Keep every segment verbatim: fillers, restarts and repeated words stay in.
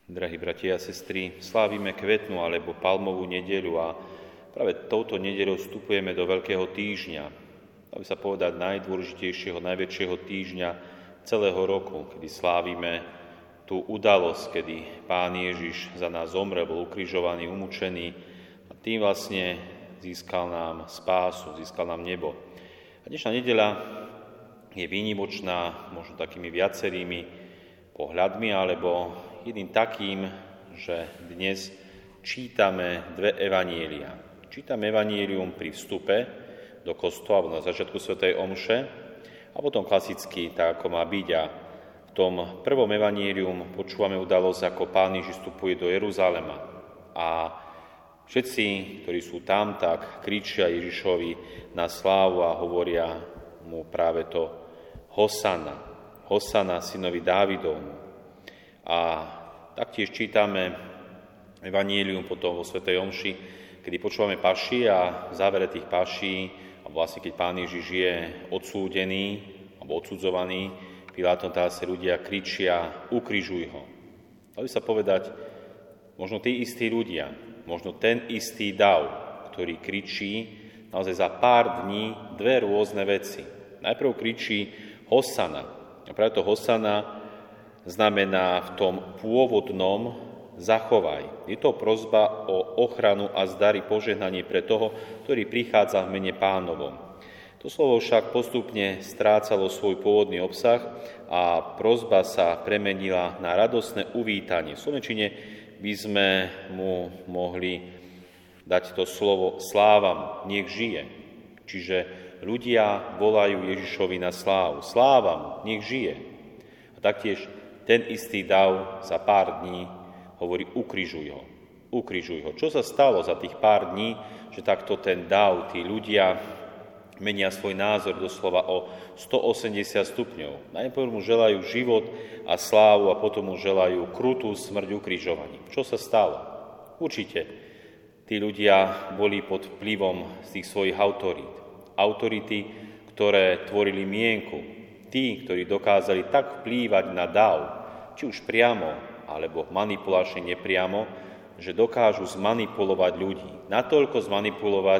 Drahí bratia a sestry, slávime kvetnú alebo palmovú nedeľu a práve touto nedeľou vstupujeme do Veľkého týždňa, aby sa povedať najdôležitejšieho, najväčšieho týždňa celého roku, kedy slávime tú udalosť, kedy Pán Ježiš za nás zomrel, bol ukrižovaný, umúčený a tým vlastne získal nám spásu, získal nám nebo. A dnešná nedeľa je výnimočná, možno takými viacerými pohľadmi, alebo jedným takým, že dnes čítame dve evanielia. Čítame evanielium pri vstupe do kostola, alebo na začiatku svätej omše, a potom klasicky, tak ako má byť. A v tom prvom evanielium počúvame udalosť, ako Pán Ježiš vstupuje do Jeruzalema. A všetci, ktorí sú tam, tak kričia Ježišovi na slávu a hovoria mu práve to Hosana, Hosana synovi Dávidovmu. A taktiež čítame evanjelium potom vo svätej omši, kedy počúvame paši a v závere tých paší, a vlastne keď Pán Ježiš je odsúdený alebo odsudzovaný, Pilátom teraz ľudia kričia: ukrižuj ho. Dalo by sa povedať, možno tí istí ľudia, možno ten istý dav, ktorý kričí naozaj za pár dní dve rôzne veci. Najprv kričí Hosana. A práve to Hosana znamená v tom pôvodnom zachovaj. Je to prosba o ochranu a zdary, požehnanie pre toho, ktorý prichádza v mene Pánovom. To slovo však postupne strácalo svoj pôvodný obsah a prosba sa premenila na radosné uvítanie. V slovenčine by sme mu mohli dať to slovo slávam, nech žije. Čiže ľudia volajú Ježišovi na slávu. Slávam, nech žije. A taktiež ten istý dav za pár dní hovorí: ukrižuj ho, ukrižuj ho. Čo sa stalo za tých pár dní, že takto ten dav, tí ľudia menia svoj názor doslova o stoosemdesiat stupňov. Najprv mu želajú život a slávu a potom mu želajú krutú smrť ukrižovaním. Čo sa stalo? Určite tí ľudia boli pod vplyvom z tých svojich autorít. Autority, ktoré tvorili mienku. Tí, ktorí dokázali tak vplývať na dav, či už priamo, alebo manipulačne nepriamo, že dokážu zmanipulovať ľudí. Natoľko zmanipulovať,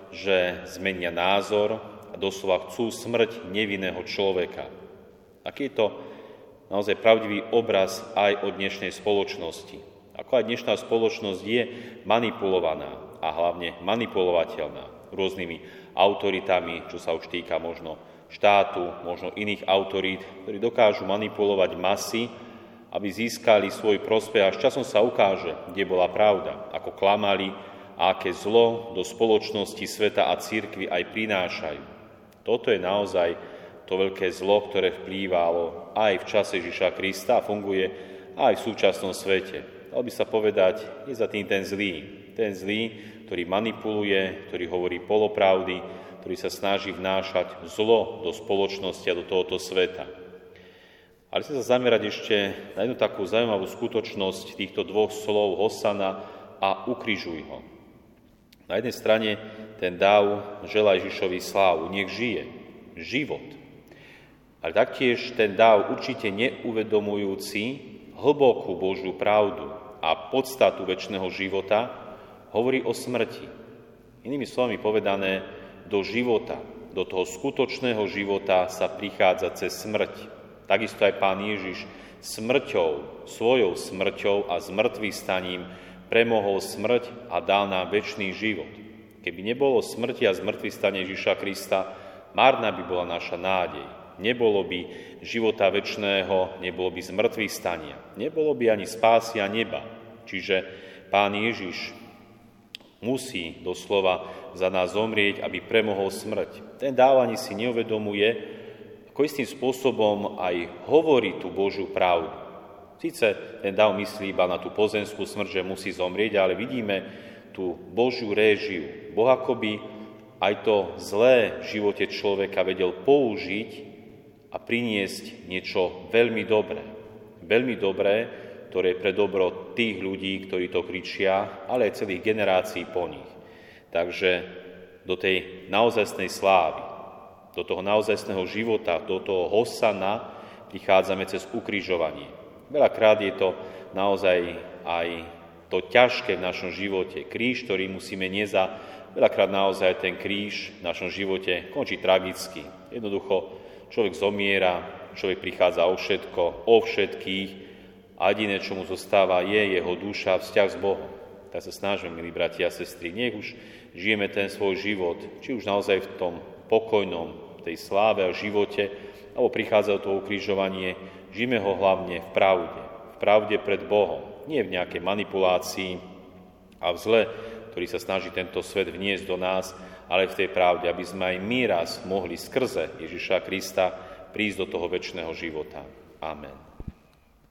že zmenia názor a doslova chcú smrť nevinného človeka. Aký je to naozaj pravdivý obraz aj o dnešnej spoločnosti. Ako aj dnešná spoločnosť je manipulovaná a hlavne manipulovateľná rôznymi autoritami, čo sa už týka možno štátu, možno iných autorít, ktorí dokážu manipulovať masy, aby získali svoj prospech. Až časom sa ukáže, kde bola pravda, ako klamali a aké zlo do spoločnosti, sveta a cirkvi aj prinášajú. Toto je naozaj to veľké zlo, ktoré vplývalo aj v čase Ježiša Krista a funguje aj v súčasnom svete. Dalo by sa povedať, je za tým ten zlý. Ten zlý, ktorý manipuluje, ktorý hovorí polopravdy, ktorý sa snaží vnášať zlo do spoločnosti a do tohoto sveta. Ale chcem sa zamerať ešte na jednu takú zaujímavú skutočnosť týchto dvoch slov Hosana a ukrižuj ho. Na jednej strane ten dáv želá Ježišovi slávu, nech žije, život. Ale taktiež ten dáv určite neuvedomujúci hlbokú Božiu pravdu a podstatu večného života hovorí o smrti. Inými slovami povedané, do života, do toho skutočného života sa prichádza cez smrť. Takisto aj Pán Ježiš smrťou, svojou smrťou a zmrtvých staním premohol smrť a dal nám večný život. Keby nebolo smrti a zmrtvých stania Ježiša Krista, márna by bola naša nádej. Nebolo by života večného, nebolo by zmrtvých stania. Nebolo by ani spásy a neba. Čiže Pán Ježiš musí doslova za nás zomrieť, aby premohol smrť. Ten dáv ani si neuvedomuje, ako istým spôsobom aj hovorí tú Božiu pravdu. Sice ten dáv myslí iba na tú pozemskú smrť, že musí zomrieť, ale vidíme tú Božiu réžiu. Boh akoby aj to zlé v živote človeka vedel použiť a priniesť niečo veľmi dobré. Veľmi dobré, ktoré je pre dobro tých ľudí, ktorí to kričia, ale aj celých generácií po nich. Takže do tej naozajstnej slávy, do toho naozajstného života, do toho Hosana prichádzame cez ukrižovanie. Veľakrát je to naozaj aj to ťažké v našom živote, kríž, ktorý musíme niesť, a veľakrát naozaj ten kríž v našom živote končí tragicky. Jednoducho človek zomiera, človek prichádza o všetko, o všetkých a jediné, čo mu zostáva, je jeho duša, vzťah s Bohom. Tak sa snažíme, milí bratia a sestry, nech už žijeme ten svoj život, či už naozaj v tom pokojnom, tej sláve a živote, alebo prichádza to ukrižovanie, žijeme ho hlavne v pravde. V pravde pred Bohom, nie v nejakej manipulácii a v zle, ktorý sa snaží tento svet vniesť do nás, ale v tej pravde, aby sme aj my raz mohli skrze Ježiša Krista prísť do toho večného života. Amen.